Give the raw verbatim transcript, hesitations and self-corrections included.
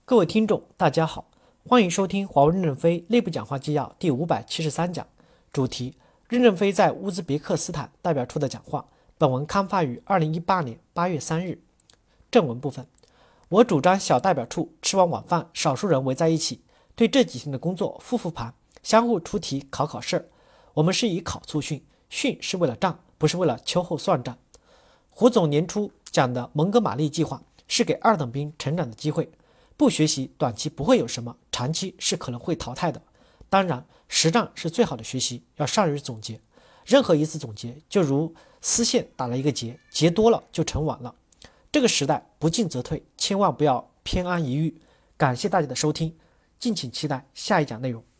各位听众，大家好，欢迎收听华为任正非内部讲话纪要第五百七十三讲，主题：任正非在乌兹别克斯坦代表处的讲话。本文刊发于二零一八年八月三日。正文部分，我主张小代表处吃完晚饭，少数人围在一起，对这几天的工作复复盘，相互出题考考试儿。我们是以考促训，训是为了战，不是为了秋后算账。胡总年初讲的蒙哥马利计划是给二等兵成长的机会。不学习，短期不会有什么，长期是可能会淘汰的。当然，实战是最好的学习，要善于总结。任何一次总结，就如丝线打了一个结，结多了就成网了。这个时代不进则退，千万不要偏安一隅。感谢大家的收听，敬请期待下一讲内容。